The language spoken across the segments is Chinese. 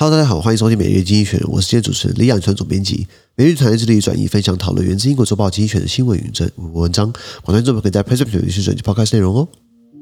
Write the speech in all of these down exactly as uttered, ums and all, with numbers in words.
Hello， 大家好，欢迎收听每日经济学人，我是今天主持人李养川总编辑。每日团队致力转译、分享、讨论源自英国周报经济学的新闻与文章。广大作品可以在 PressPlay 里去转译 Podcast 内容哦。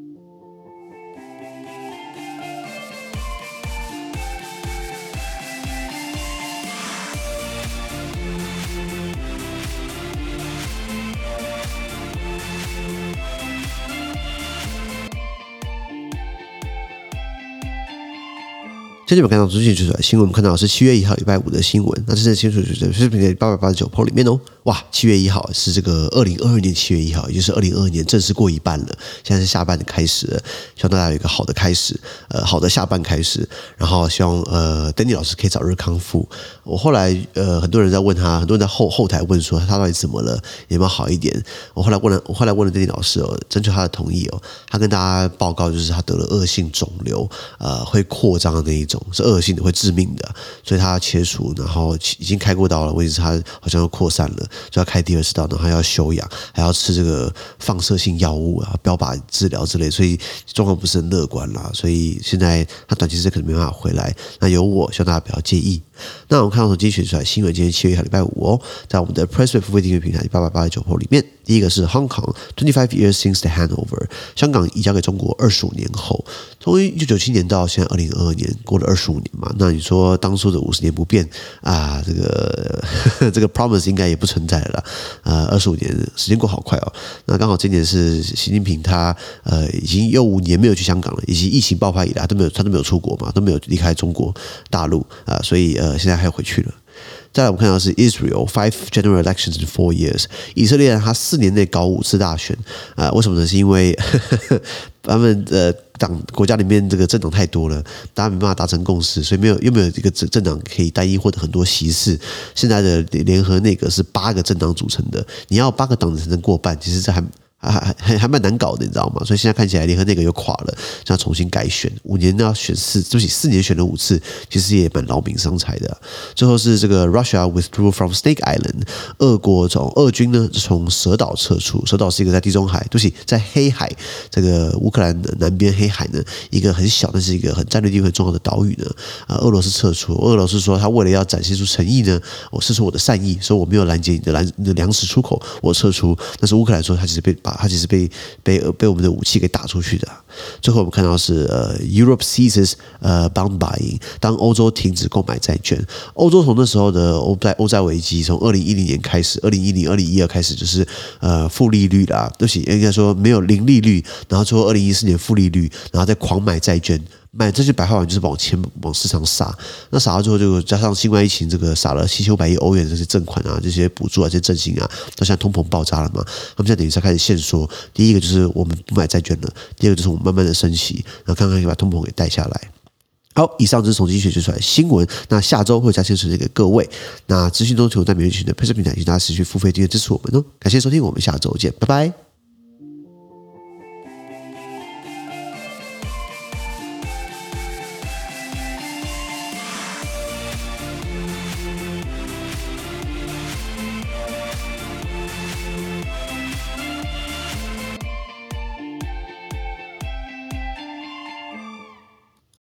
今天我们看到最近出来的新闻，我们看到的是七月一号礼拜五的新闻。那这是新闻在视频的八百八十九 po 里面哦。哇，七月一号是这个二零二二年七月一号，也就是二零二二年正式过一半了，现在是下半的开始了，希望大家有一个好的开始，呃，好的下半开始。然后希望呃 Danny 老师可以早日康复。我后来呃很多人在问他，很多人在后后台问说他到底怎么了，有没有好一点？我后来问了，我后来问了 Danny 老师哦，征求他的同意哦，他跟大家报告就是他得了恶性肿瘤，呃，会扩张的那一种。是恶性的，会致命的，所以他切除，然后已经开过刀了，问题是他好像又扩散了，所以要开第二次刀，然后还要休养，还要吃这个放射性药物啊、标靶治疗之类，所以状况不是很乐观啦。所以现在他短期之内可能没办法回来。那由我，希望大家不要介意。那我们看到从今天选出来新闻，今天七月一号礼拜五哦，在我们的 PressPlay 付费订阅平台八百八十九 po 里面，第一个是 Hong Kong twenty-five years since the handover， 香港移交给中国二十五年后，从一九九七年到现在二零二二年，过了二十五年嘛。那你说当初的五十年不变啊，这个呵呵这个 promise 应该也不存在了啦。呃，二十五年时间过好快哦。那刚好今年是习近平他呃已经又五年没有去香港了，以及疫情爆发以来都没有他都没有出国嘛，都没有离开中国大陆啊、呃，所以呃现在还要回去了。再来我们看到的是 Israel five general elections in four years， 以色列他四年内搞五次大选啊、呃，为什么呢？是因为呵呵他们呃党国家里面这个政党太多了，大家没办法达成共识，所以没有又没有一个政党可以单一获得很多席次。现在的联合内阁是八个政党组成的，你要八个党才能过半，其实这还。还还还蛮难搞的，你知道吗？所以现在看起来联合内阁又垮了，现在重新改选，五年要选四，对不起，四年选了五次，其实也蛮劳民伤财的、啊。最后是这个 Russia withdrew from Snake Island， 俄国从俄军呢从蛇岛撤出，蛇岛是一个在地中海，对不起，在黑海这个乌克兰的南边黑海呢，一个很小但是一个很战略地位很重要的岛屿呢，呃，俄罗斯撤出，俄罗斯说他为了要展现出诚意呢，我示出我的善意，说我没有拦截你的拦你的粮食出口，我撤出，但是乌克兰说他其实被把。他其实被被被我们的武器给打出去的、啊。最后我们看到是呃 ，Europe ceases 呃 bond buying， 当欧洲停止购买债券，欧洲从那时候的欧债欧债危机，从二零一零年开始，二零一零、二零一二开始就是呃负利率啦，对不起，应该说没有零利率，然后最后二零一四年负利率，然后再狂买债券。买这些白话文就是往钱往市场撒，那撒到最后就加上新冠疫情这个撒了七千五百亿欧元这些赠款啊，这些补助啊，这些振兴啊，到现在通膨爆炸了嘛，他们现在等于是开始限缩。第一个就是我们不买债券了，第二个就是我们慢慢的升息，然后看看可以把通膨给带下来。好，以上就是从经济学学出来的新闻。那下周会加线呈现给各位。那资讯都提供在每日群的配置平台，请大家持续付费订阅支持我们哦。感谢收听，我们下周见，拜拜。